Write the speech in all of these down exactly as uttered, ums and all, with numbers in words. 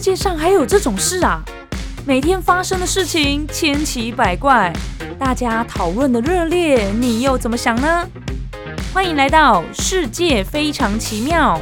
界上还有这种事啊！每天发生的事情千奇百怪，大家讨论的热烈，你又怎么想呢？欢迎来到世界非常奇妙。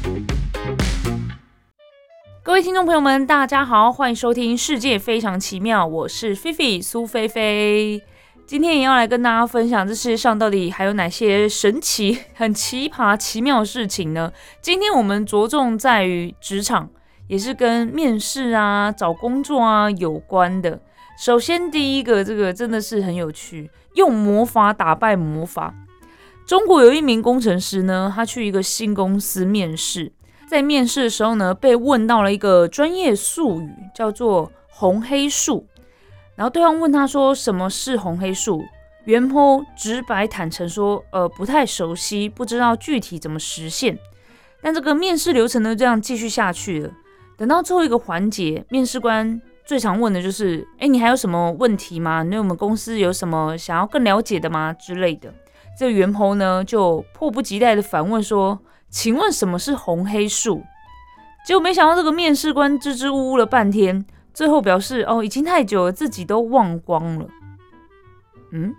各位听众朋友们，大家好，欢迎收听世界非常奇妙，我是菲菲苏菲菲。今天也要来跟大家分享这世界上到底还有哪些神奇、很奇葩、奇妙的事情呢？今天我们着重在于职场，也是跟面试啊、找工作啊有关的。首先第一个，这个真的是很有趣，用魔法打败魔法。中国有一名工程师呢，他去一个新公司面试，在面试的时候呢，被问到了一个专业术语，叫做红黑数。然后对方问他说什么是红黑数，原 po 直白坦诚说呃不太熟悉，不知道具体怎么实现。但这个面试流程呢这样继续下去了。等到最后一个环节，面试官最常问的就是哎，你还有什么问题吗？你对我们公司有什么想要更了解的吗之类的。这个原 po 呢就迫不及待的反问说，请问什么是红黑数？结果没想到这个面试官支支吾吾了半天，最后表示哦，已经太久了，自己都忘光了。嗯，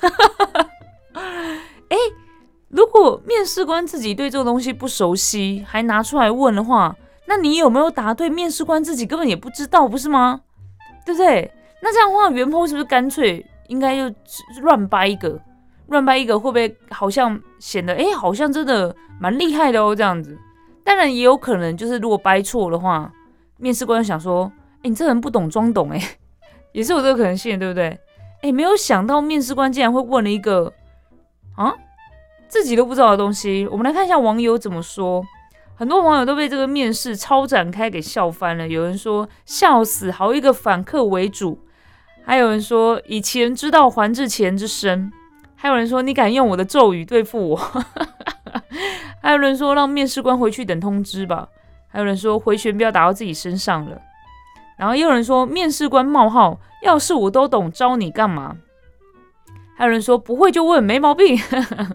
哎，如果面试官自己对这个东西不熟悉，还拿出来问的话，那你有没有答对？面试官自己根本也不知道，不是吗？对不对？那这样的话，原 po 是不是干脆应该就乱掰一个？乱掰一个会不会好像显得哎，好像真的蛮厉害的哦？这样子，当然也有可能就是如果掰错的话，面试官想说。欸、你这人不懂装懂哎、欸，也是有这个可能性，对不对？哎、欸，没有想到面试官竟然会问了一个啊自己都不知道的东西。我们来看一下网友怎么说。很多网友都被这个面试超展开给笑翻了。有人说笑死，好一个反客为主；还有人说以其人之道还治其人之身；还有人说你敢用我的咒语对付我；还有人说让面试官回去等通知吧；还有人说回旋镖打到自己身上了。然后也有人说面试官冒号，要是我都懂招你干嘛？还有人说不会就问，没毛病。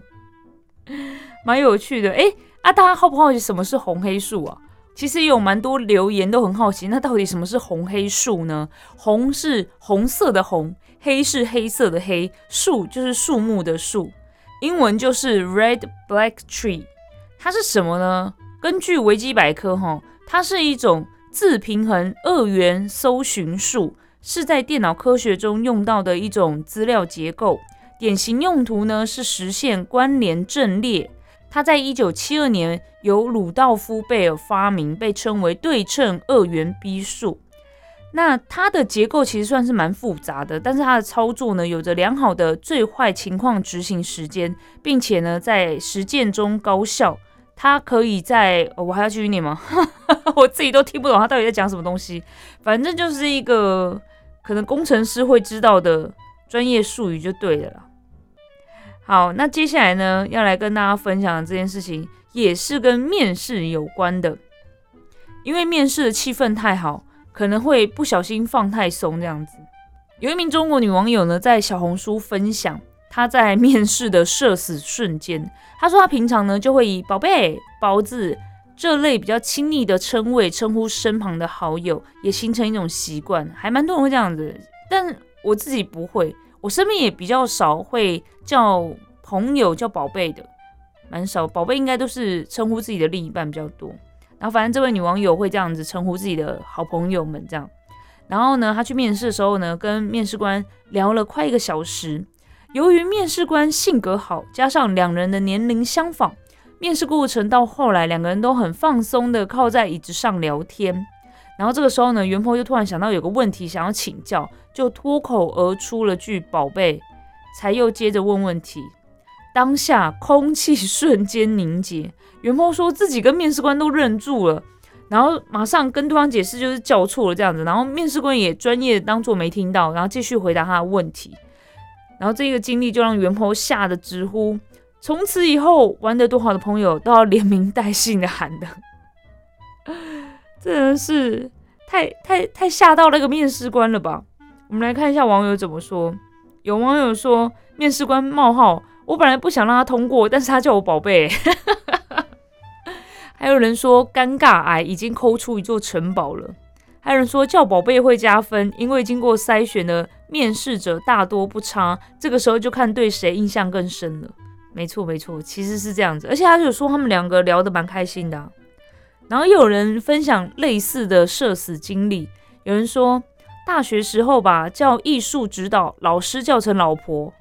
蛮有趣的。诶啊，大家好不好奇什么是红黑数啊？其实也有蛮多留言都很好奇，那到底什么是红黑数呢？红是红色的红，黑是黑色的黑，树就是树木的树，英文就是 red black tree。它是什么呢？根据维基百科齁，它是一种自平衡二元搜寻术，是在电脑科学中用到的一种资料结构。典型用途呢是实现关联阵列。它在一九七二年由鲁道夫·贝尔发明，被称为对称二元逼数。那它的结构其实算是蛮复杂的，但是它的操作呢有着良好的最坏情况执行时间，并且呢在实践中高效。它可以在、哦、我还要继续念吗？我自己都听不懂它到底在讲什么东西。反正就是一个可能工程师会知道的专业术语就对了啦。好，那接下来呢要来跟大家分享的这件事情也是跟面试有关的。因为面试的气氛太好，可能会不小心放太松这样子。有一名中国女网友呢在小红书分享她在面试的社死瞬间。她说她平常呢就会以宝贝、包子这类比较亲昵的称谓称呼身旁的好友，也形成一种习惯，还蛮多人会这样子。但我自己不会，我身边也比较少会叫朋友叫宝贝的，蛮少。宝贝应该都是称呼自己的另一半比较多。然后反正这位女网友会这样子称呼自己的好朋友们这样。然后呢，她去面试的时候呢，跟面试官聊了快一个小时。由于面试官性格好，加上两人的年龄相仿，面试过程到后来两个人都很放松的靠在椅子上聊天。然后这个时候呢，原 po 就突然想到有个问题想要请教，就脱口而出了句宝贝，才又接着问问题。当下空气瞬间凝结，原 po 说自己跟面试官都愣住了，然后马上跟对方解释就是叫错了这样子，然后面试官也专业当作没听到，然后继续回答他的问题。然后这个经历就让原 po 吓得直呼，从此以后玩得多好的朋友都要连名带姓的喊的。真的是太太太吓到那个面试官了吧。我们来看一下网友怎么说。有网友说面试官冒号，我本来不想让他通过，但是他叫我宝贝。还有人说尴尬癌已经抠出一座城堡了。 还有人说叫宝贝会加分，因为经过筛选的面试者大多不差，这个时候就看对谁印象更深了。没错没错，其实是这样子，而且他就说他们两个聊得蛮开心的、啊。然后又有人分享类似的社死经历，有人说大学时候吧，叫艺术指导老师叫成老婆，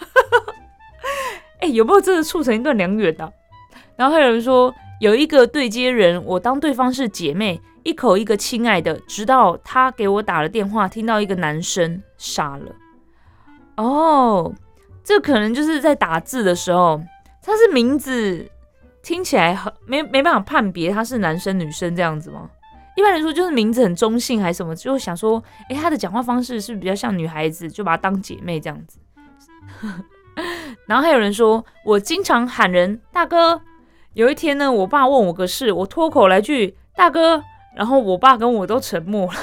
哎、欸，有没有真的促成一段良缘啊？然后还有人说有一个对接人，我当对方是姐妹，一口一个亲爱的，直到他给我打了电话，听到一个男生，傻了。哦，这可能就是在打字的时候，他是名字听起来很没没办法判别他是男生女生这样子吗？一般来说就是名字很中性还是什么，就想说，哎、欸，他的讲话方式是不是比较像女孩子，就把她当姐妹这样子。然后还有人说，我经常喊人大哥。有一天呢，我爸问我个事，我脱口来句大哥，然后我爸跟我都沉默了。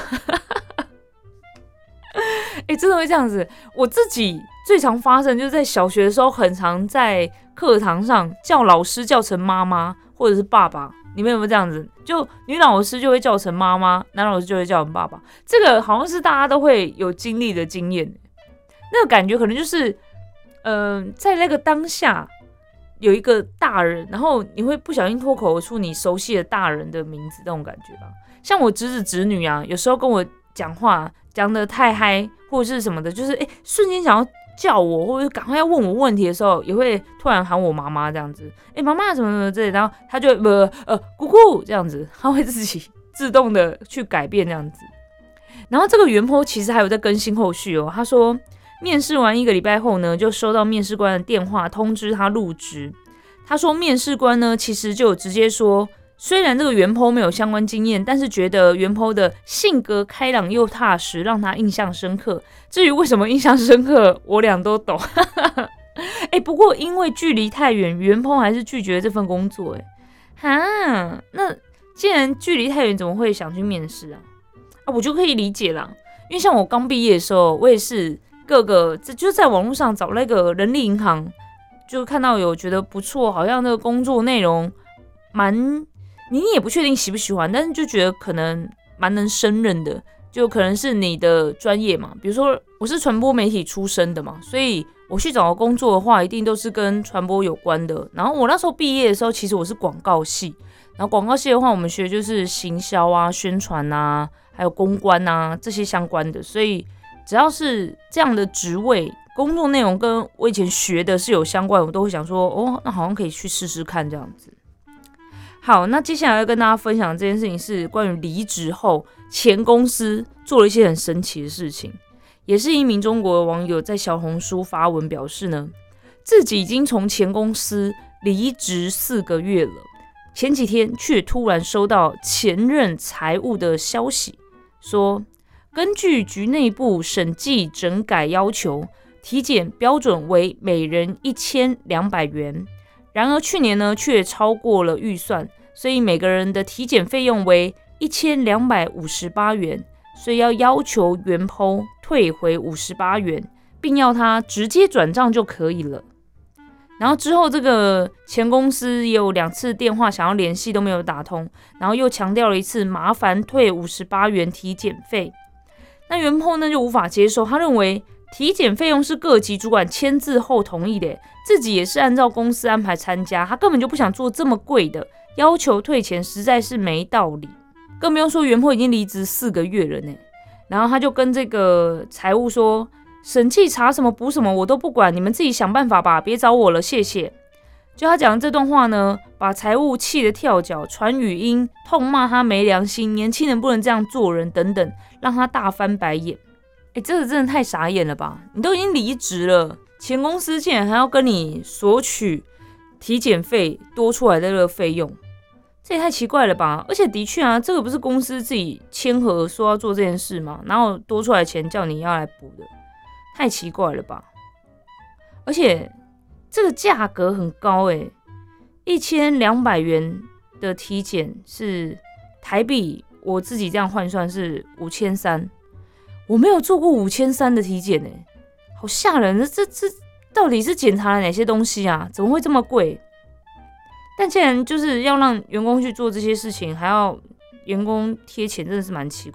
哎、欸，真的会这样子。我自己最常发生就是在小学的时候，很常在课堂上叫老师叫成妈妈或者是爸爸。你们有没有这样子？就女老师就会叫成妈妈，男老师就会叫成爸爸。这个好像是大家都会有经历的经验。那个感觉可能就是，嗯、呃，在那个当下有一个大人，然后你会不小心脱口而出你熟悉的大人的名字，那种感觉吧。像我侄子侄女啊，有时候跟我讲话讲得太嗨或者是什么的，就是哎、欸，瞬间想要叫我，或者赶快要问我问题的时候，也会突然喊我妈妈这样子，哎、欸，妈妈什么什么之类，然后他就不呃姑姑这样子，他会自己自动的去改变这样子。然后这个原 po 其实还有在更新后续哦，他说面试完一个礼拜后呢，就收到面试官的电话通知他入职。他说面试官呢其实就有直接说，虽然这个原 po 没有相关经验，但是觉得原 po 的性格开朗又踏实，让他印象深刻。至于为什么印象深刻，我俩都懂。欸，不过因为距离太远，原 po 还是拒绝这份工作。欸，哈，那既然距离太远，怎么会想去面试啊？啊，我就可以理解啦，因为像我刚毕业的时候，我也是各个就在网络上找那个人力银行，就看到有觉得不错，好像那个工作内容蛮，你也不确定喜不喜欢，但是就觉得可能蛮能胜任的，就可能是你的专业嘛。比如说我是传播媒体出身的嘛，所以我去找工作的话，一定都是跟传播有关的。然后我那时候毕业的时候，其实我是广告系，然后广告系的话，我们学的就是行销啊、宣传啊，还有公关啊这些相关的，所以只要是这样的职位，工作内容跟我以前学的是有相关，我都会想说，哦，那好像可以去试试看这样子。好，那接下来要跟大家分享的这件事情是关于离职后前公司做了一些很神奇的事情，也是一名中国的网友在小红书发文表示呢，自己已经从前公司离职四个月了，前几天却突然收到前任财务的消息，说根据局内部审计整改要求，体检标准为每人一千两百元，然而去年呢却超过了预算，所以每个人的体检费用为一千两百五十八元，所以要要求原 po 退回五十八元，并要他直接转账就可以了。然后之后这个前公司也有两次电话想要联系都没有打通，然后又强调了一次麻烦退五十八元体检费。那原 po 呢就无法接受，他认为体检费用是各级主管签字后同意的，自己也是按照公司安排参加，他根本就不想做这么贵的，要求退钱实在是没道理。更不用说原 po 已经离职四个月了呢。然后他就跟这个财务说，审计查什么补什么我都不管，你们自己想办法吧，别找我了，谢谢。就他讲的这段话呢，把财务气得跳脚，传语音痛骂他没良心，年轻人不能这样做人等等，让他大翻白眼。哎，这个真的太傻眼了吧！你都已经离职了，前公司竟然还要跟你索取体检费多出来的这个费用，这也太奇怪了吧！而且的确啊，这个不是公司自己签合说要做这件事吗？然后多出来的钱叫你要来补的，太奇怪了吧！而且这个价格很高哎，一千两百元的体检是台币，我自己这样换算是五千三。我没有做过五千三的体检哎，好吓人！这这到底是检查了哪些东西啊？怎么会这么贵？但既然就是要让员工去做这些事情，还要员工贴钱，真的是蛮奇怪的。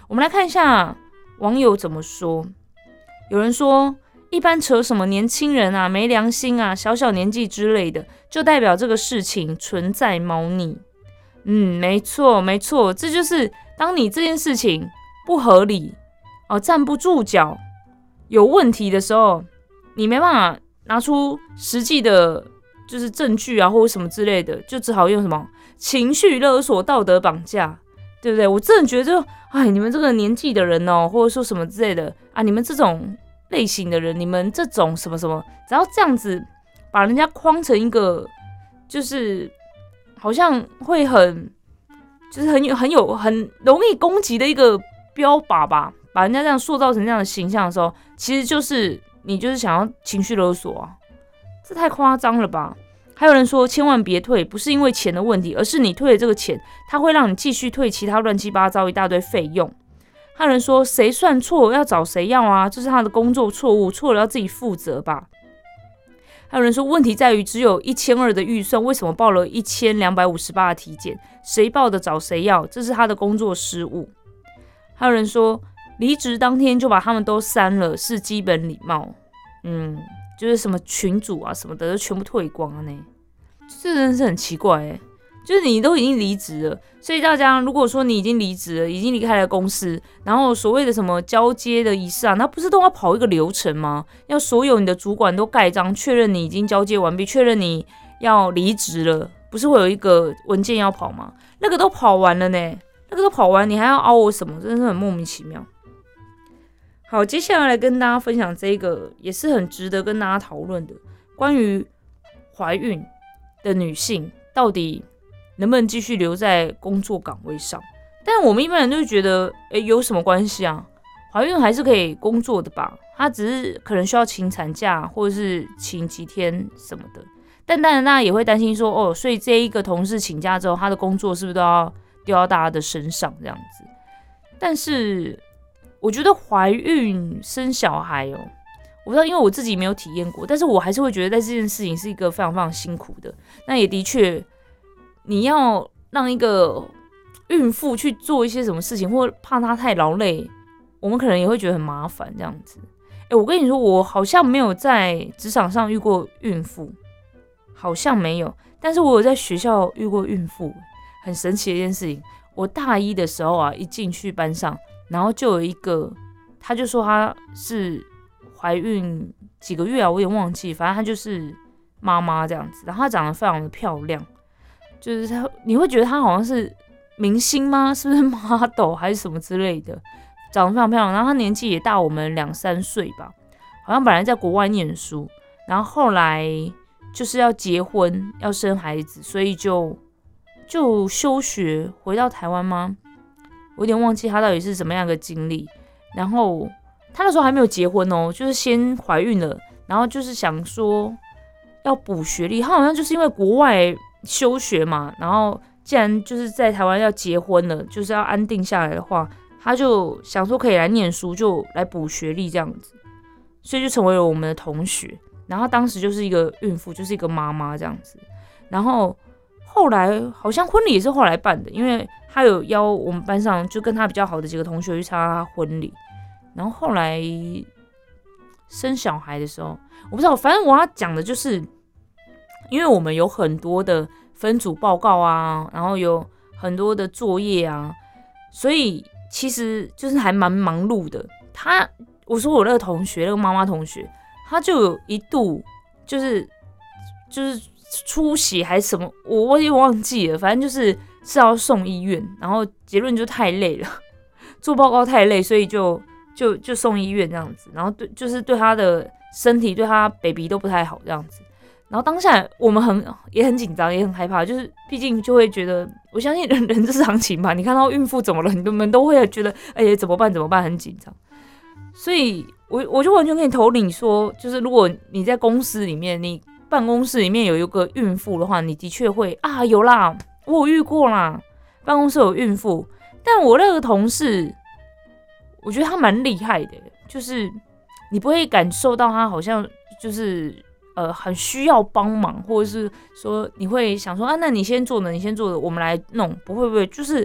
我们来看一下网友怎么说。有人说，一般扯什么年轻人啊、没良心啊、小小年纪之类的，就代表这个事情存在猫腻。嗯，没错，没错，这就是当你这件事情不合理哦、站不住脚、有问题的时候，你没办法拿出实际的，就是证据啊，或者什么之类的，就只好用什么情绪勒索、道德绑架，对不对？我真的觉得就，哎，你们这个年纪的人哦，或者说什么之类的啊，你们这种类型的人，你们这种什么什么，只要这样子把人家框成一个，就是好像会很，就是很有很有很容易攻击的一个标靶吧，把人家这样塑造成这样的形象的时候，其实就是你就是想要情绪勒索啊，这太夸张了吧？还有人说，千万别退，不是因为钱的问题，而是你退了这个钱，它会让你继续退其他乱七八糟一大堆费用。还有人说，谁算错要找谁要啊？这是他的工作错误，错了要自己负责吧。还有人说，问题在于只有一千二的预算，为什么报了一千两百五十八的体检？谁报的找谁要，这是他的工作失误。还有人说，离职当天就把他们都删了，是基本礼貌。嗯。就是什么群主啊什么的都全部退光了呢，这真的是很奇怪哎。就是你都已经离职了，所以大家如果说你已经离职了，已经离开了公司，然后所谓的什么交接的仪式啊，那不是都要跑一个流程吗？要所有你的主管都盖章确认你已经交接完毕，确认你要离职了，不是会有一个文件要跑吗？那个都跑完了呢，那个都跑完，你还要凹我什么？真的是很莫名其妙。好，接下来来跟大家分享这个也是很值得跟大家讨论的，关于怀孕的女性到底能不能继续留在工作岗位上。但我们一般人就会觉得，诶，有什么关系啊？怀孕还是可以工作的吧？她只是可能需要请产假或者是请几天什么的。但当然大家也会担心说，哦，所以这一个同事请假之后，她的工作是不是都要丢到大家的身上这样子？但是我觉得怀孕生小孩哦，我不知道，因为我自己没有体验过，但是我还是会觉得在这件事情是一个非常非常辛苦的。那也的确，你要让一个孕妇去做一些什么事情，或怕她太劳累，我们可能也会觉得很麻烦这样子。哎，我跟你说，我好像没有在职场上遇过孕妇，好像没有，但是我有在学校遇过孕妇，很神奇的一件事情。我大一的时候啊，一进去班上。然后就有一个，他就说他是怀孕几个月啊，我有点忘记，反正他就是妈妈这样子。然后她长得非常的漂亮，就是她你会觉得她好像是明星吗？是不是 model 还是什么之类的？长得非常漂亮，然后她年纪也大我们两三岁吧，好像本来在国外念书，然后后来就是要结婚要生孩子，所以就就休学回到台湾吗？我有点忘记她到底是怎么样的经历。然后她那时候还没有结婚哦，就是先怀孕了，然后就是想说要补学历。她好像就是因为国外休学嘛，然后既然就是在台湾要结婚了，就是要安定下来的话，她就想说可以来念书，就来补学历这样子，所以就成为了我们的同学。然后当时就是一个孕妇，就是一个妈妈这样子。然后后来好像婚礼也是后来办的，因为他有邀我们班上就跟他比较好的几个同学去参加他婚礼。然后后来生小孩的时候，我不知道，反正我要讲的就是，因为我们有很多的分组报告啊，然后有很多的作业啊，所以其实就是还蛮忙碌的。他，我说我那个同学，那个妈妈同学，他就有一度就是就是出血还是什么，我我也忘记了，反正就是是要送医院，然后结论就太累了，做报告太累，所以就就就送医院这样子，然后对就是对他的身体对他 baby 都不太好这样子。然后当下我们很也很紧张，也很害怕，就是毕竟就会觉得，我相信人人之常情吧。你看到孕妇怎么了，你们都会觉得，哎呀怎么办怎么办，很紧张。所以我我就完全可以投你说，就是如果你在公司里面，你办公室里面有一个孕妇的话，你的确会啊有啦，我有遇过啦，办公室有孕妇。但我那个同事，我觉得他蛮厉害的，就是你不会感受到他好像就是呃很需要帮忙，或者是说你会想说啊，那你先做呢，你先做的，我们来弄，不会不会，就是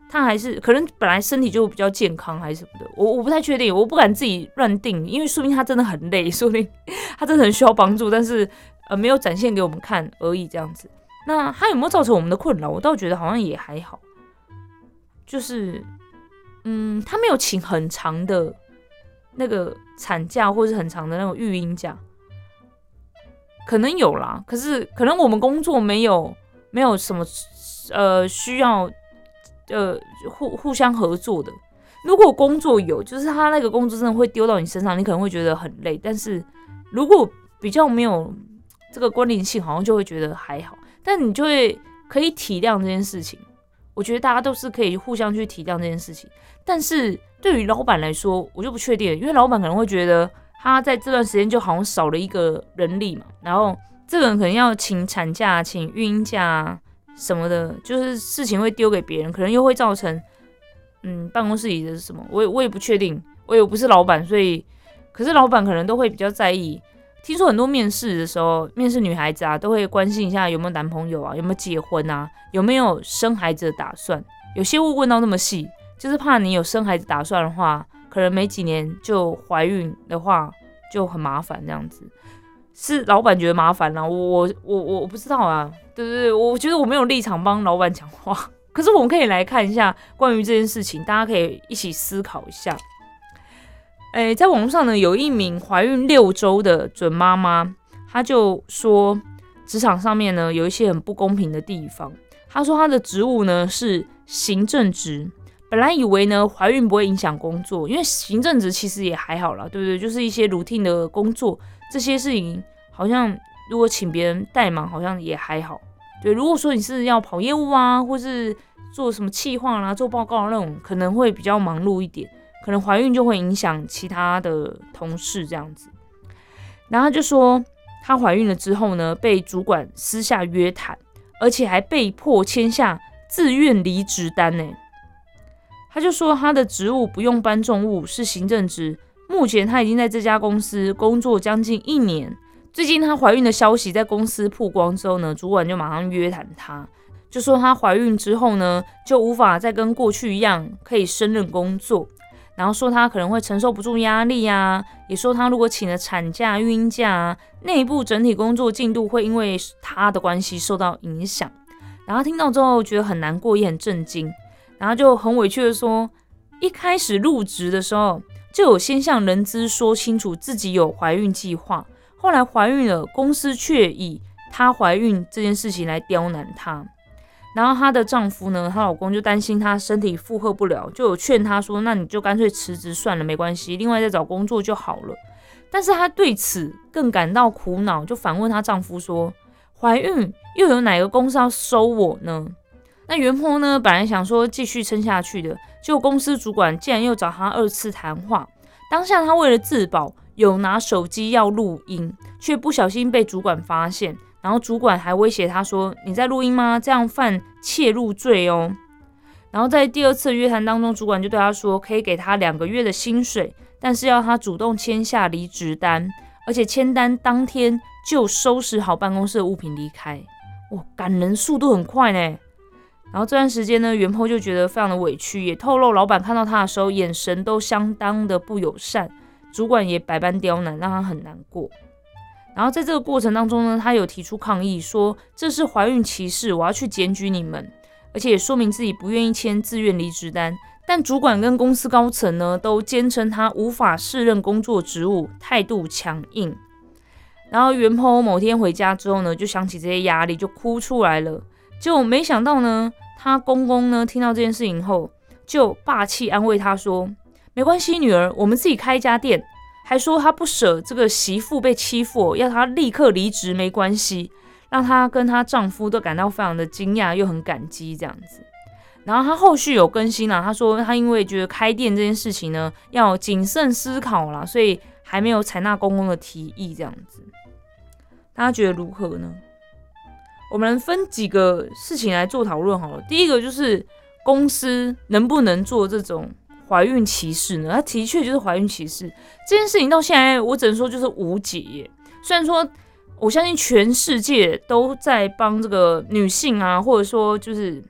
他还是可能本来身体就比较健康还是什么的，我我不太确定，我不敢自己乱定，因为说明他真的很累，说明他真的很需要帮助，但是呃没有展现给我们看而已这样子。那他有没有造成我们的困扰？我倒觉得好像也还好，就是嗯，他没有请很长的那个产假或是很长的那种育婴假，可能有啦，可是可能我们工作没有没有什么呃需要。呃，互互相合作的。如果工作有，就是他那个工作真的会丢到你身上，你可能会觉得很累。但是如果比较没有这个关联性，好像就会觉得还好。但你就会可以体谅这件事情。我觉得大家都是可以互相去体谅这件事情。但是对于老板来说，我就不确定，因为老板可能会觉得他在这段时间就好像少了一个人力嘛，然后这个人可能要请产假、请育婴假。什么的，就是事情会丢给别人，可能又会造成，嗯，办公室里的什么，我也我也不确定，我也不是老板，所以，可是老板可能都会比较在意。听说很多面试的时候，面试女孩子啊，都会关心一下有没有男朋友啊，有没有结婚啊，有没有生孩子的打算。有些会问到那么细，就是怕你有生孩子打算的话，可能没几年就怀孕的话就很麻烦这样子。是老板觉得麻烦啦，我我我我不知道啊，对对对，我觉得我没有立场帮老板讲话，可是我们可以来看一下关于这件事情，大家可以一起思考一下。诶，在网络上呢，有一名怀孕六周的准妈妈，她就说职场上面呢有一些很不公平的地方。她说她的职务呢是行政职，本来以为呢怀孕不会影响工作，因为行政职其实也还好啦，对不对？就是一些 routine 的工作。这些事情好像如果请别人代忙，好像也还好。对，如果说你是要跑业务啊，或是做什么企划啦、做报告那种，可能会比较忙碌一点，可能怀孕就会影响其他的同事这样子。然后他就说，她怀孕了之后呢，被主管私下约谈，而且还被迫签下自愿离职单呢。他就说，他的职务不用搬重物，是行政职。目前她已经在这家公司工作将近一年。最近她怀孕的消息在公司曝光之后呢，主管就马上约谈她，就说她怀孕之后呢，就无法再跟过去一样可以胜任工作，然后说她可能会承受不住压力啊，也说她如果请了产假、育婴假啊，内部整体工作进度会因为她的关系受到影响。然后听到之后觉得很难过，也很震惊，然后就很委屈的说，一开始入职的时候就有先向人资说清楚自己有怀孕计划，后来怀孕了，公司却以她怀孕这件事情来刁难她。然后她的丈夫呢，她老公就担心她身体负荷不了，就有劝她说，那你就干脆辞职算了，没关系，另外再找工作就好了。但是她对此更感到苦恼，就反问她丈夫说，怀孕又有哪个公司要收我呢？那原 po 呢，本来想说继续撑下去的，结果公司主管竟然又找他二次谈话。当下他为了自保，有拿手机要录音，却不小心被主管发现，然后主管还威胁他说，你在录音吗？这样犯窃录罪哦。然后在第二次约谈当中，主管就对他说，可以给他两个月的薪水，但是要他主动签下离职单，而且签单当天就收拾好办公室的物品离开。哇，赶人速度很快呢。然后这段时间呢，原 po 就觉得非常的委屈，也透露老板看到他的时候眼神都相当的不友善，主管也百般刁难，让他很难过。然后在这个过程当中呢，他有提出抗议，说这是怀孕歧视，我要去检举你们，而且也说明自己不愿意签自愿离职单。但主管跟公司高层呢，都坚称他无法胜任工作职务，态度强硬。然后原 po 某天回家之后呢，就想起这些压力，就哭出来了。结果没想到呢，他公公呢听到这件事情后，就霸气安慰他说，没关系女儿，我们自己开一家店，还说他不舍这个媳妇被欺负，要他立刻离职没关系，让他跟她丈夫都感到非常的惊讶又很感激这样子。然后他后续有更新啦，他说他因为觉得开店这件事情呢要谨慎思考啦，所以还没有采纳公公的提议这样子。大家觉得如何呢？我们分几个事情来做讨论好了。第一个就是公司能不能做这种怀孕歧视呢？它的确就是怀孕歧视这件事情，到现在我只能说就是无解耶。虽然说我相信全世界都在帮这个女性啊，或者说就是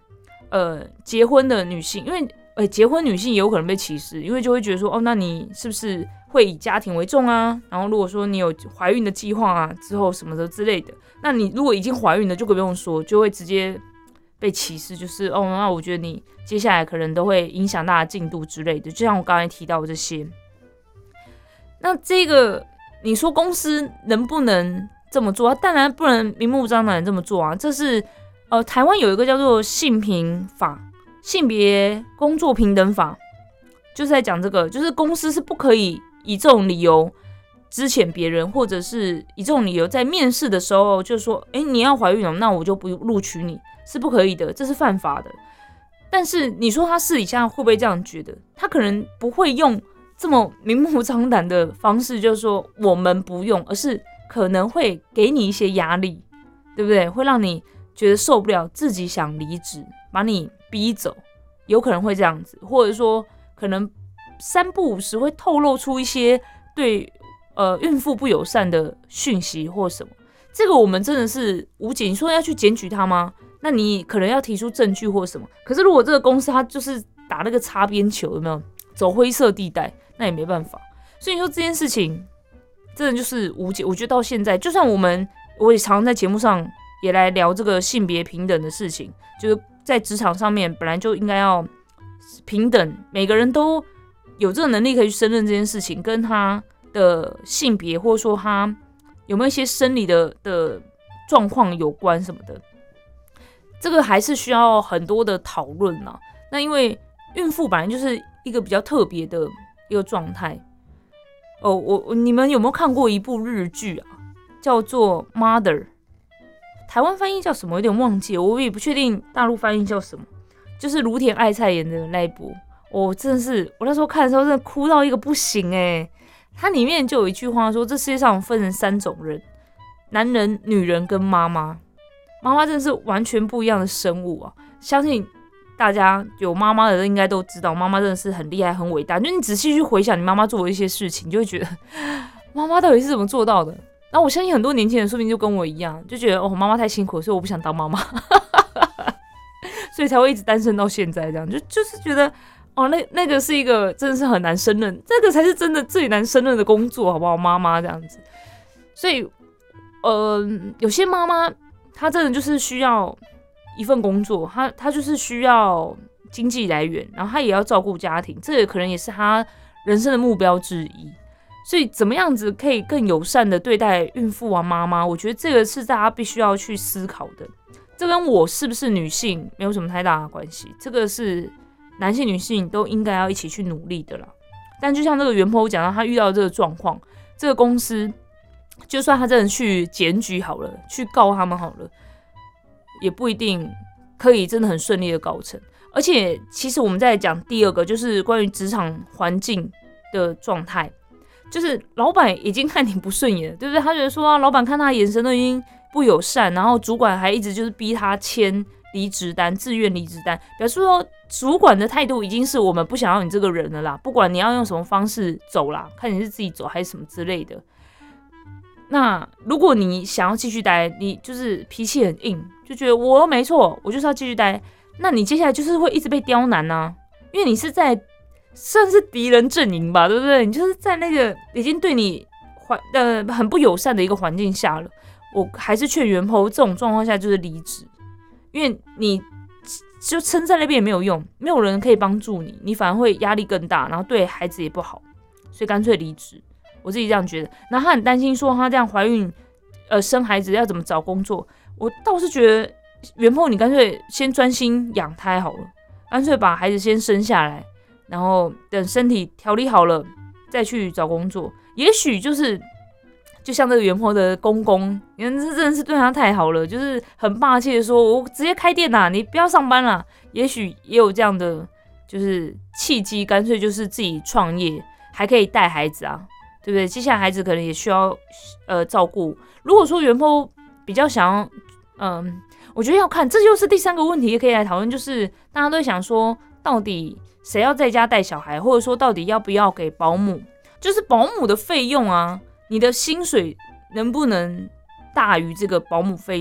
呃结婚的女性，因为呃结婚女性也有可能被歧视，因为就会觉得说，哦，那你是不是会以家庭为重啊？然后如果说你有怀孕的计划啊，之后什么的之类的，那你如果已经怀孕了，就更不用说，就会直接被歧视，就是哦，那我觉得你接下来可能都会影响大家进度之类的，就像我刚才提到的这些。那这个你说公司能不能这么做？当然不能明目张胆这么做啊！这是呃，台湾有一个叫做性平法、性别工作平等法，就是在讲这个，就是公司是不可以以这种理由资遣别人，或者是以这种理由在面试的时候就说，哎，你要怀孕了，那我就不录取你，是不可以的，这是犯法的。但是你说他私底下会不会这样觉得？他可能不会用这么明目张胆的方式，就是说我们不用，而是可能会给你一些压力，对不对？会让你觉得受不了，自己想离职，把你逼走，有可能会这样子，或者说可能三不五时会透露出一些对呃孕妇不友善的讯息或什么。这个我们真的是无解。你说要去检举他吗？那你可能要提出证据或什么。可是如果这个公司他就是打那个擦边球，有没有走灰色地带，那也没办法。所以你说这件事情真的就是无解。我觉得到现在，就算我们我也常常在节目上也来聊这个性别平等的事情，就是在职场上面本来就应该要平等，每个人都有这个能力可以去胜任这件事情，跟他的性别或者说他有没有一些生理的的状况有关什么的，这个还是需要很多的讨论啊。那因为孕妇本来就是一个比较特别的一个状态哦。我你们有没有看过一部日剧啊？叫做《Mother》，台湾翻译叫什么？有点忘记了，我也不确定大陆翻译叫什么。就是芦田爱菜演的那一部，我、哦、真的是我那时候看的时候真的哭到一个不行哎。它里面就有一句话说，这世界上分成三种人：男人、女人跟妈妈。妈妈真的是完全不一样的生物啊！相信大家有妈妈的人应该都知道，妈妈真的是很厉害、很伟大。就你仔细去回想你妈妈做的一些事情，你就会觉得妈妈到底是怎么做到的？然后我相信很多年轻人说不定就跟我一样，就觉得哦，妈妈太辛苦了，所以我不想当妈妈，所以才会一直单身到现在。这样就就是觉得哦，那那个是一个真的是很难胜任，这个才是真的最难胜任的工作，好不好？妈妈这样子，所以呃，有些妈妈她真的就是需要一份工作，她她就是需要经济来源，然后她也要照顾家庭，这个可能也是她人生的目标之一。所以怎么样子可以更友善的对待孕妇啊、妈妈，我觉得这个是大家必须要去思考的。这跟我是不是女性没有什么太大的关系，这个是男性、女性都应该要一起去努力的啦。但就像这个原 po 讲到，他遇到这个状况，这个公司就算他真的去检举好了，去告他们好了，也不一定可以真的很顺利的告成。而且，其实我们再讲第二个，就是关于职场环境的状态。就是老板已经看你不顺眼了，对不对？他觉得说啊，老板看他的眼神都已经不友善，然后主管还一直就是逼他签离职单、自愿离职单，表示说主管的态度已经是我们不想要你这个人了啦，不管你要用什么方式走啦，看你是自己走还是什么之类的。那如果你想要继续待，你就是脾气很硬，就觉得我没错，我就是要继续待，那你接下来就是会一直被刁难啊，因为你是在算是敌人阵营吧，对不对？你就是在那个已经对你环呃很不友善的一个环境下了，我还是劝原 po 这种状况下就是离职，因为你就撑在那边也没有用，没有人可以帮助你，你反而会压力更大，然后对孩子也不好，所以干脆离职。我自己这样觉得。然后他很担心说他这样怀孕呃生孩子要怎么找工作，我倒是觉得原 po 你干脆先专心养胎好了，干脆把孩子先生下来。然后等身体调理好了，再去找工作。也许就是就像这个原 po 的公公，你看这真的是对他太好了，就是很霸气的说：“我直接开店啦，你不要上班啦。”也许也有这样的就是契机，干脆就是自己创业，还可以带孩子啊，对不对？接下来孩子可能也需要呃照顾。如果说原 po 比较想要，嗯、呃，我觉得要看，这就是第三个问题，也可以来讨论，就是大家都想说，到底谁要在家带小孩，或者说到底要不要给保姆？就是保姆的费用啊，你的薪水能不能大于这个保姆费用？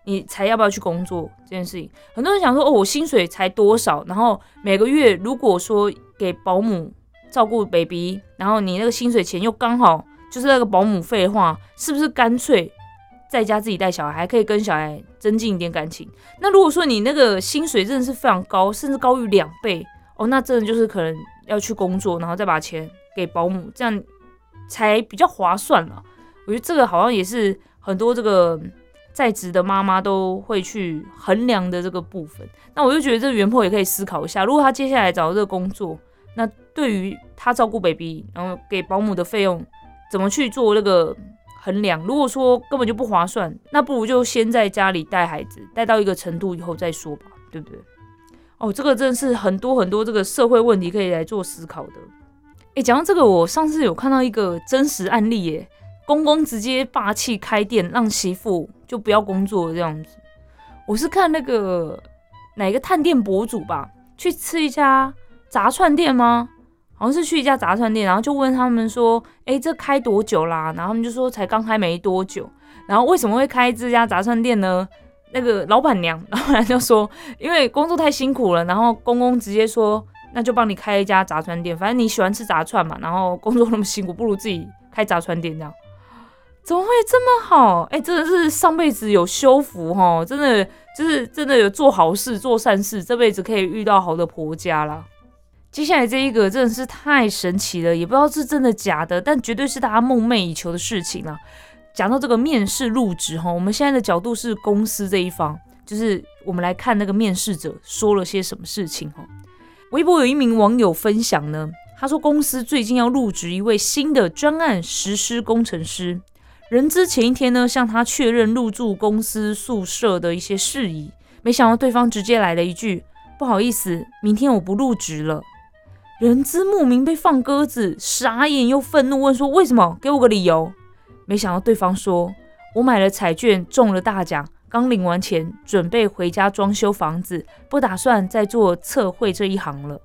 你才要不要去工作这件事情。很多人想说，哦，我薪水才多少，然后每个月如果说给保姆照顾 baby， 然后你那个薪水钱又刚好就是那个保姆费的话，是不是干脆在家自己带小孩，还可以跟小孩增进一点感情？那如果说你那个薪水真的是非常高，甚至高于两倍，哦，那真的就是可能要去工作，然后再把钱给保姆，这样才比较划算了。我觉得这个好像也是很多这个在职的妈妈都会去衡量的这个部分。那我就觉得这个原 po 也可以思考一下，如果他接下来找这个工作，那对于他照顾 baby， 然后给保姆的费用怎么去做那个衡量？如果说根本就不划算，那不如就先在家里带孩子，带到一个程度以后再说吧，对不对？哦，这个真的是很多很多这个社会问题可以来做思考的。诶，讲到这个，我上次有看到一个真实案例耶，公公直接霸气开店，让媳妇就不要工作这样子。我是看那个哪个探店博主吧，去吃一家炸串店吗？好像是去一家炸串店，然后就问他们说，哎，这开多久啦？然后他们就说才刚开没多久。然后为什么会开这家炸串店呢？那个老板娘，老板娘就说，因为工作太辛苦了，然后公公直接说，那就帮你开一家炸串店，反正你喜欢吃炸串嘛，然后工作那么辛苦，不如自己开炸串店这样。怎么会这么好？哎，真的是上辈子有修福齁，真的就是真的有做好事、做善事，这辈子可以遇到好的婆家啦。接下来这一个真的是太神奇了，也不知道是真的假的，但绝对是大家梦寐以求的事情啦。讲到这个面试入职齁，我们现在的角度是公司这一方，就是我们来看那个面试者说了些什么事情齁。微博有一名网友分享呢，他说公司最近要入职一位新的专案实施工程师。人资前一天呢，向他确认入住公司宿舍的一些事宜，没想到对方直接来了一句：“不好意思，明天我不入职了。”人资莫名被放鸽子，傻眼又愤怒，问说：“为什么？给我个理由。”没想到对方说：“我买了彩券，中了大奖，刚领完钱，准备回家装修房子，不打算再做测绘这一行了。”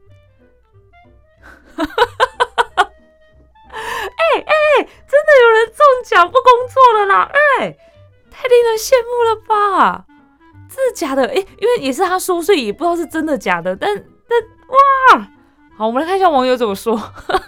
哎哎、欸欸，真的有人中奖不工作了啦！哎、欸，太令人羡慕了吧？真的假的？哎、欸，因为也是他说，所以也不知道是真的假的。但但哇，好，我们来看一下网友怎么说。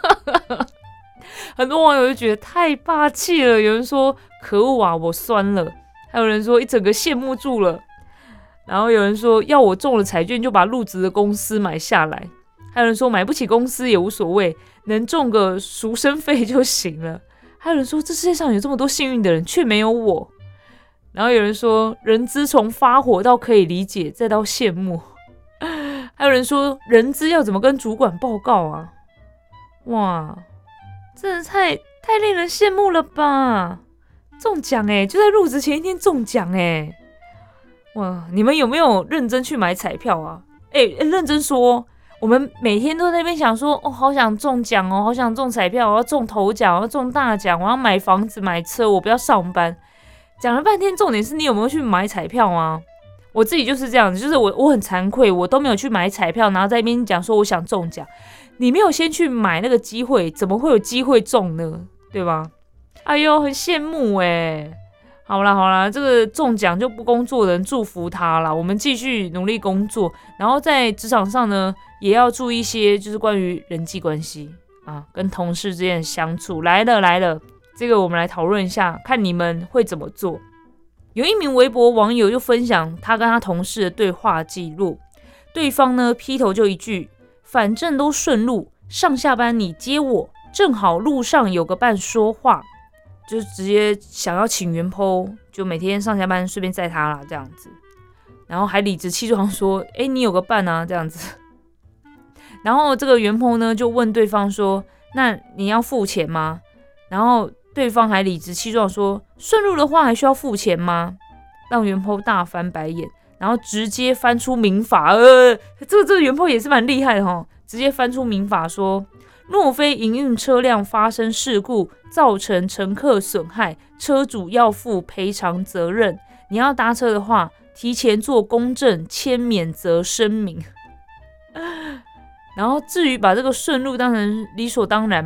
很多网友就觉得太霸气了，有人说可恶啊，我酸了；还有人说一整个羡慕住了；然后有人说要我中了彩券就把入职的公司买下来。还有人说买不起公司也无所谓，能中个赎身费就行了。还有人说这世界上有这么多幸运的人，却没有我。然后有人说人资从发火到可以理解，再到羡慕。还有人说人资要怎么跟主管报告啊？哇，真的太太令人羡慕了吧！中奖哎，就在入职前一天中奖哎！哇，你们有没有认真去买彩票啊？哎，认真说。我们每天都在那边想说，哦，好想中奖哦，好想中彩票，我要中头奖，我要中大奖，我要买房子买车，我不要上班。讲了半天，重点是你有没有去买彩票啊？我自己就是这样子，就是我我很惭愧，我都没有去买彩票，然后在那边讲说我想中奖。你没有先去买那个机会，怎么会有机会中呢？对吧？哎呦，很羡慕哎。好啦好啦，这个中奖就不工作的人祝福他啦，我们继续努力工作，然后在职场上呢，也要注意一些就是关于人际关系啊，跟同事之间的相处。来了来了，这个我们来讨论一下，看你们会怎么做。有一名微博网友就分享他跟他同事的对话记录，对方呢劈头就一句：“反正都顺路，上下班你接我，正好路上有个伴说话。”就直接想要请原 po， 就每天上下班顺便载他啦这样子，然后还理直气壮说：“哎、欸，你有个伴啊这样子。”然后这个原 po 呢就问对方说：“那你要付钱吗？”然后对方还理直气壮说：“顺路的话还需要付钱吗？”让原 po 大翻白眼，然后直接翻出民法，呃，这个这个原 po 也是蛮厉害的齁，直接翻出民法说。若非营运车辆发生事故造成乘客损害，车主要负赔偿责任。你要搭车的话，提前做公证，签免责声明。然后至于把这个顺路当成理所当然嘛，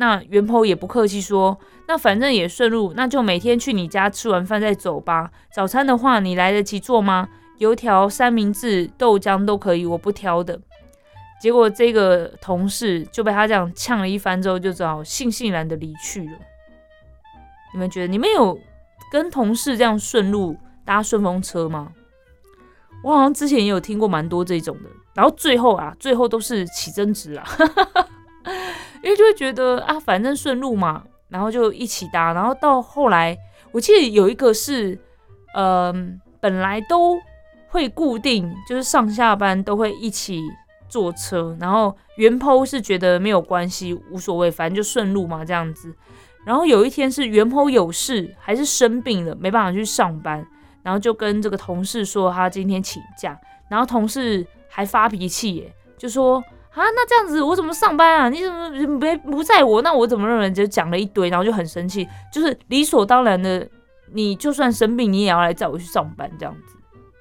那袁剖也不客气说，那反正也顺路，那就每天去你家吃完饭再走吧。早餐的话你来得及做吗？油条、三明治、豆浆都可以，我不挑的。结果这个同事就被他这样呛了一番之后，就只好悻悻然的离去了。你们觉得你们有跟同事这样顺路搭顺风车吗？我好像之前也有听过蛮多这种的，然后最后啊，最后都是起争执啊，因为就会觉得啊，反正顺路嘛，然后就一起搭，然后到后来，我记得有一个是，呃，本来都会固定，就是上下班都会一起坐车，然后袁剖是觉得没有关系，无所谓，反正就顺路嘛这样子。然后有一天是袁剖有事，还是生病了，没办法去上班，然后就跟这个同事说他今天请假，然后同事还发脾气耶，就说啊，那这样子我怎么上班啊？你怎么没不在我？那我怎么认为？就讲了一堆，然后就很生气，就是理所当然的，你就算生病，你也要来载我去上班这样子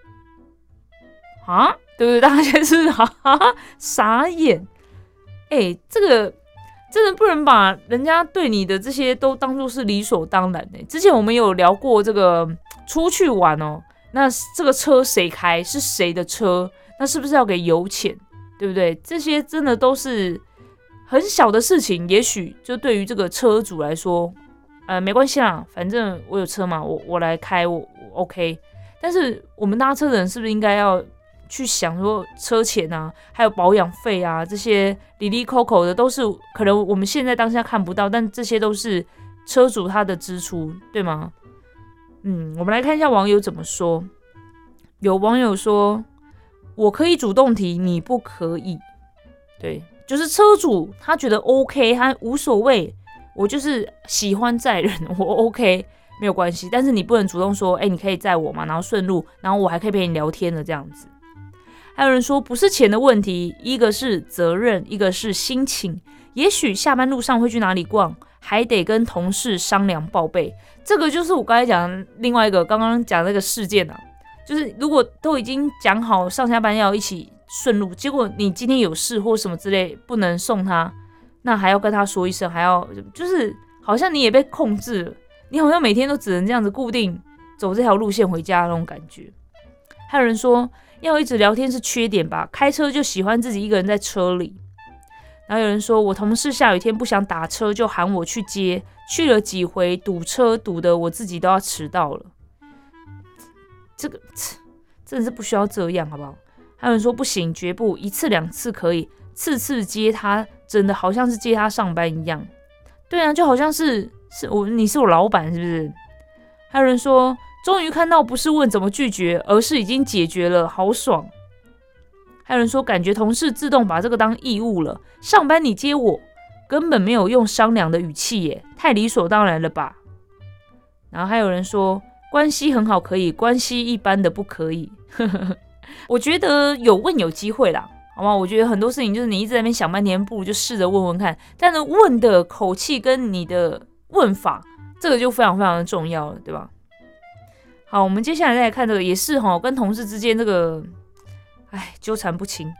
啊？对不对？大家现在是哈哈傻眼，哎、欸，这个真的不能把人家对你的这些都当作是理所当然的、欸。之前我们有聊过这个出去玩哦，那这个车谁开？是谁的车？那是不是要给油钱？对不对？这些真的都是很小的事情，也许就对于这个车主来说，呃，没关系啦，反正我有车嘛，我我来开，我我 OK。但是我们搭车的人是不是应该要去想说车钱啊，还有保养费啊，这些里里扣扣的都是可能我们现在当下看不到，但这些都是车主他的支出，对吗？嗯，我们来看一下网友怎么说。有网友说，我可以主动提，你不可以。对，就是车主他觉得 OK， 他无所谓，我就是喜欢载人，我 OK 没有关系，但是你不能主动说，哎、欸，你可以载我嘛，然后顺路，然后我还可以陪你聊天的这样子。还有人说不是钱的问题，一个是责任，一个是心情。也许下班路上会去哪里逛，还得跟同事商量报备。这个就是我刚才讲的另外一个，刚刚讲那个事件啊，就是如果都已经讲好上下班要一起顺路，结果你今天有事或什么之类不能送他，那还要跟他说一声，还要就是好像你也被控制了，你好像每天都只能这样子固定走这条路线回家那种感觉。还有人说要一直聊天是缺点吧，开车就喜欢自己一个人在车里。然后有人说我同事下雨天不想打车就喊我去接，去了几回堵车堵得我自己都要迟到了。这个真的是不需要这样好不好？还有人说不行，绝不，一次两次可以，次次接他真的好像是接他上班一样。对啊，就好像是是我你是我老板是不是？还有人说终于看到不是问怎么拒绝，而是已经解决了，好爽。还有人说感觉同事自动把这个当义务了，上班你接我，根本没有用商量的语气耶，太理所当然了吧。然后还有人说关系很好可以，关系一般的不可以。我觉得有问有机会啦，好吗？我觉得很多事情就是你一直在那边想半天，不如就试着问问看。但是问的口气跟你的问法，这个就非常非常的重要了，对吧？好，我们接下来再来看这个，也是齁，跟同事之间这个，哎，纠缠不清。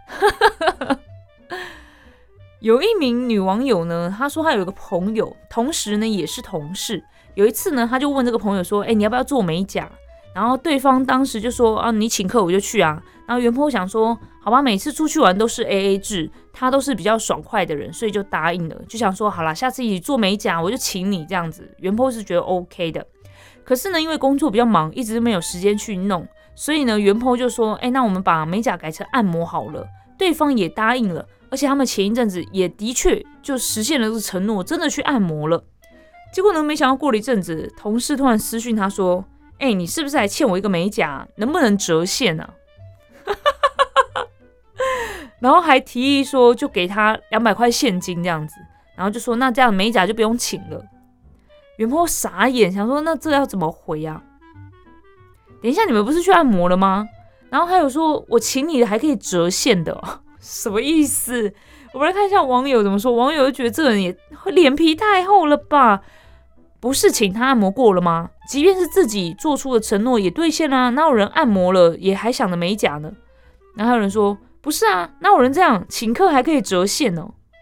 有一名女网友呢，她说她有一个朋友，同时呢也是同事。有一次呢，她就问这个朋友说：“哎、欸，你要不要做美甲？”然后对方当时就说：“啊，你请客我就去啊。”然后袁坡想说：“好吧，每次出去玩都是 A A 制，他都是比较爽快的人，所以就答应了，就想说好啦，下次一起做美甲我就请你这样子。”袁坡是觉得 OK 的。可是呢，因为工作比较忙，一直没有时间去弄，所以呢，袁坡就说：“哎、欸，那我们把美甲改成按摩好了。”对方也答应了，而且他们前一阵子也的确就实现了这个承诺，真的去按摩了。结果呢，没想到过了一阵子，同事突然私讯他说：“哎、欸，你是不是还欠我一个美甲？能不能折现啊？”然后还提议说，就给他两百块现金这样子，然后就说那这样美甲就不用请了。袁坡傻眼，想说那这要怎么回啊？等一下，你们不是去按摩了吗？然后还有说我请你的还可以折现的、哦，什么意思？我们来看一下网友怎么说。网友就觉得这个人也脸皮太厚了吧？不是请他按摩过了吗？即便是自己做出的承诺也兑现啦、啊，哪有人按摩了也还想着美甲呢？然后还有人说不是啊，哪有人这样请客还可以折现哦？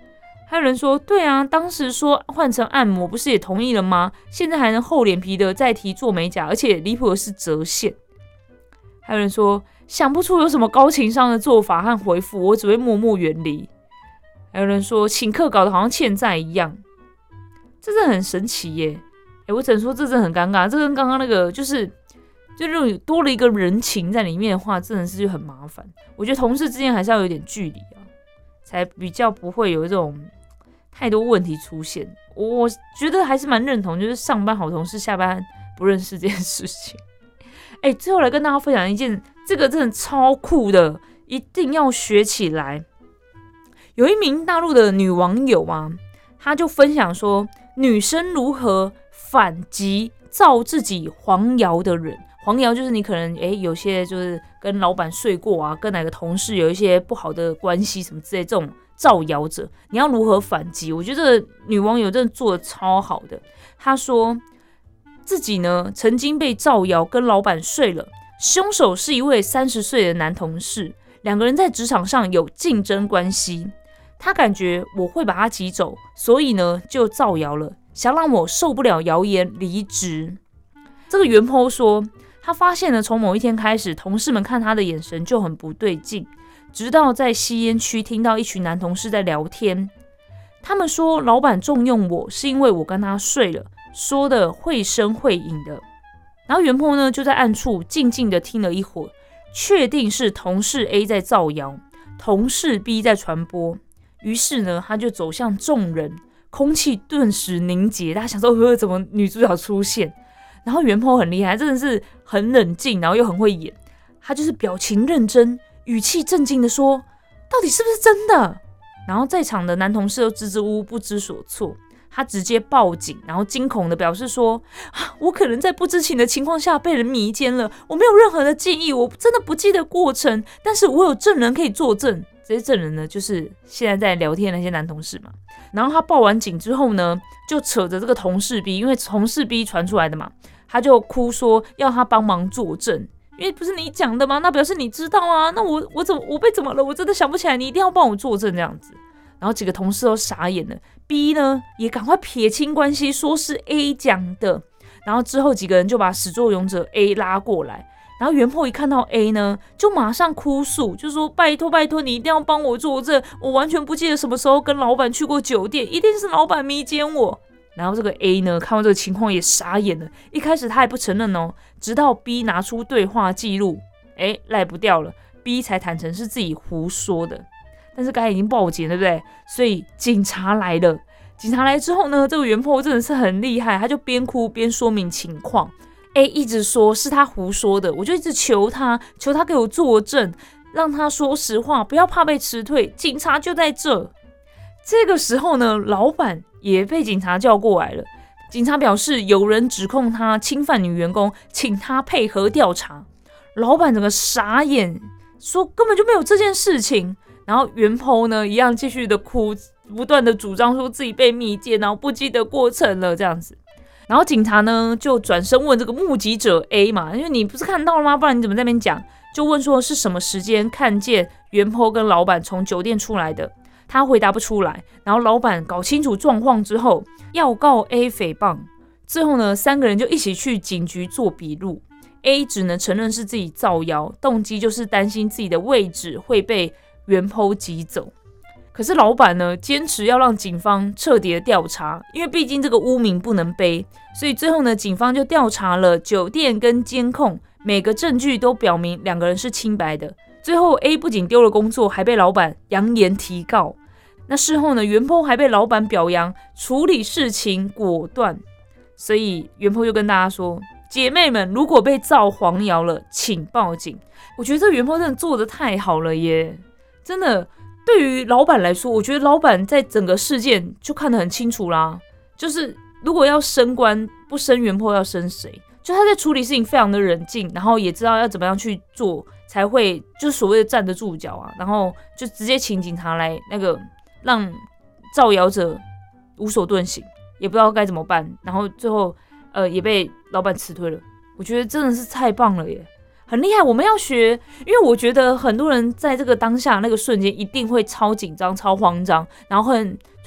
还有人说，对啊，当时说换成按摩不是也同意了吗？现在还能厚脸皮的再提做美甲，而且离谱的是折现。还有人说，想不出有什么高情商的做法和回复，我只会默默远离。还有人说，请客搞得好像欠债一样，这真的很神奇耶！哎，我只能说这真的很尴尬，这跟刚刚那个就是就那种多了一个人情在里面的话，真的是就很麻烦。我觉得同事之间还是要有点距离啊，才比较不会有这种太多问题出现。我觉得还是蛮认同，就是上班好同事，下班不认识这件事情。哎，最后来跟大家分享一件，这个真的超酷的，一定要学起来。有一名大陆的女网友啊，她就分享说，女生如何反击造自己黄谣的人。黄谣就是你可能诶有些就是跟老板睡过啊，跟哪个同事有一些不好的关系什么之类，这种造谣者，你要如何反击？我觉得女网友真的做得超好的。她说自己呢曾经被造谣跟老板睡了，凶手是一位三十岁的男同事，两个人在职场上有竞争关系。他感觉我会把他挤走，所以呢就造谣了，想让我受不了谣言离职。这个原 po 说，他发现呢，从某一天开始，同事们看他的眼神就很不对劲，直到在吸烟区听到一群男同事在聊天，他们说老板重用我是因为我跟他睡了，说的绘声绘影的。然后原 po 呢就在暗处静静的听了一会儿，确定是同事 A 在造谣，同事 B 在传播。于是呢，他就走向众人，空气顿时凝结。大家想说，呃，怎么女主角出现？然后原 po 很厉害，真的是很冷静，然后又很会演。他就是表情认真，语气震惊的说：“到底是不是真的？”然后在场的男同事都支支吾吾不知所措。他直接报警，然后惊恐的表示说：“啊，我可能在不知情的情况下被人迷奸了，我没有任何的记忆，我真的不记得过程，但是我有证人可以作证。”这些证人呢，就是现在在聊天的那些男同事嘛。然后他报完警之后呢，就扯着这个同事 B， 因为同事 B 传出来的嘛，他就哭说要他帮忙作证，因为不是你讲的吗？那表示你知道啊，那我我怎么我被怎么了？我真的想不起来，你一定要帮我作证这样子。然后几个同事都傻眼了 ，B 呢也赶快撇清关系，说是 A 讲的。然后之后几个人就把始作俑者 A 拉过来。然后原 po 一看到 A 呢，就马上哭诉，就说拜托拜托，你一定要帮我作证，我完全不记得什么时候跟老板去过酒店，一定是老板迷奸我。然后这个 A 呢，看到这个情况也傻眼了，一开始他也不承认哦，直到 B 拿出对话记录，哎，赖不掉了 ，B 才坦诚是自己胡说的。但是刚才已经报警，对不对？所以警察来了，警察来之后呢，这个原 po 真的是很厉害，他就边哭边说明情况。A 一直说是他胡说的，我就一直求他，求他给我作证，让他说实话，不要怕被辞退。警察就在这。这个时候呢，老板也被警察叫过来了。警察表示有人指控他侵犯女员工，请他配合调查。老板整个傻眼，说根本就没有这件事情。然后原 po 呢，一样继续的哭，不断的主张说自己被密奸，然后不记得过程了这样子。然后警察呢就转身问这个目击者 A 嘛，因为你不是看到了吗？不然你怎么在那边讲？就问说是什么时间看见原 po 跟老板从酒店出来的？他回答不出来。然后老板搞清楚状况之后，要告 A 诽谤。最后呢，三个人就一起去警局做笔录。A 只能承认是自己造谣，动机就是担心自己的位置会被原 po 挤走。可是老板呢，坚持要让警方彻底的调查，因为毕竟这个污名不能背，所以最后呢，警方就调查了酒店跟监控，每个证据都表明两个人是清白的。最后 A 不仅丢了工作，还被老板扬言提告。那事后呢，原 po 还被老板表扬，处理事情果断。所以原 po 就跟大家说，姐妹们，如果被造黄谣了，请报警。我觉得这原 po 真的做得太好了耶，真的。对于老板来说，我觉得老板在整个事件就看得很清楚啦。就是如果要升官，不升原 po 要升谁？就他在处理事情非常的冷静，然后也知道要怎么样去做，才会就是所谓的站得住脚啊。然后就直接请警察来那个让造谣者无所遁形，也不知道该怎么办。然后最后呃也被老板辞退了。我觉得真的是太棒了耶！很厉害，我们要学，因为我觉得很多人在这个当下那个瞬间一定会超紧张、超慌张，然后很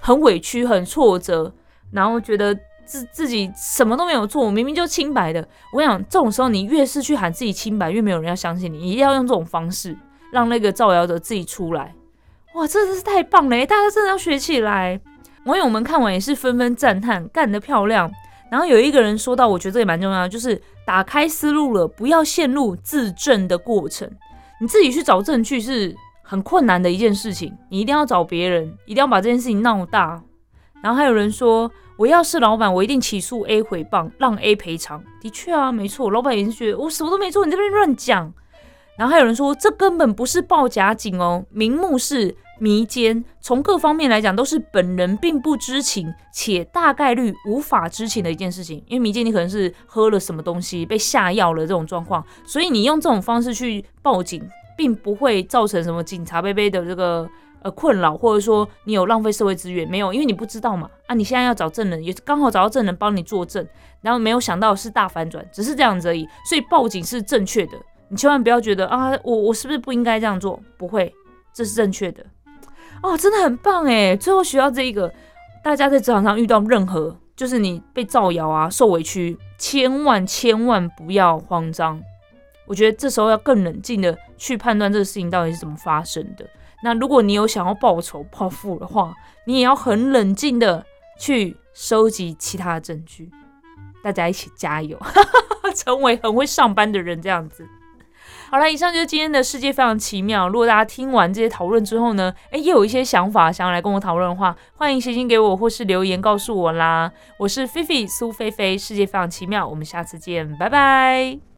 很委屈、很挫折，然后觉得自自己什么都没有做，明明就清白的。我跟你讲，这种时候你越是去喊自己清白，越没有人要相信你。你一定要用这种方式，让那个造谣者自己出来。哇，真的是太棒了！大家真的要学起来。网友们看完也是纷纷赞叹，干得漂亮。然后有一个人说到，我觉得这也蛮重要的，就是打开思路了，不要陷入自证的过程。你自己去找证据是很困难的一件事情，你一定要找别人，一定要把这件事情闹大。然后还有人说，我要是老板，我一定起诉 A 诽谤，让 A 赔偿。的确啊，没错，老板也是觉得我什么都没做，你这边乱讲。然后还有人说，这根本不是报假警哦，名目是迷奸，从各方面来讲都是本人并不知情，且大概率无法知情的一件事情。因为迷奸你可能是喝了什么东西，被下药了这种状况，所以你用这种方式去报警，并不会造成什么警察杯杯的这个呃困扰，或者说你有浪费社会资源，没有，因为你不知道嘛。啊，你现在要找证人，也刚好找到证人帮你作证，然后没有想到是大反转，只是这样子而已。所以报警是正确的。你千万不要觉得啊，我我是不是不应该这样做？不会，这是正确的。哦，真的很棒哎！最后学到这一个，大家在职场上遇到任何就是你被造谣啊、受委屈，千万千万不要慌张。我觉得这时候要更冷静的去判断这个事情到底是怎么发生的。那如果你有想要报仇报复的话，你也要很冷静的去收集其他的证据。大家一起加油，成为很会上班的人这样子。好了，以上就是今天的世界非常奇妙。如果大家听完这些讨论之后呢，哎，也有一些想法想要来跟我讨论的话，欢迎写信给我或是留言告诉我啦。我是菲菲苏菲菲，世界非常奇妙，我们下次见，拜拜。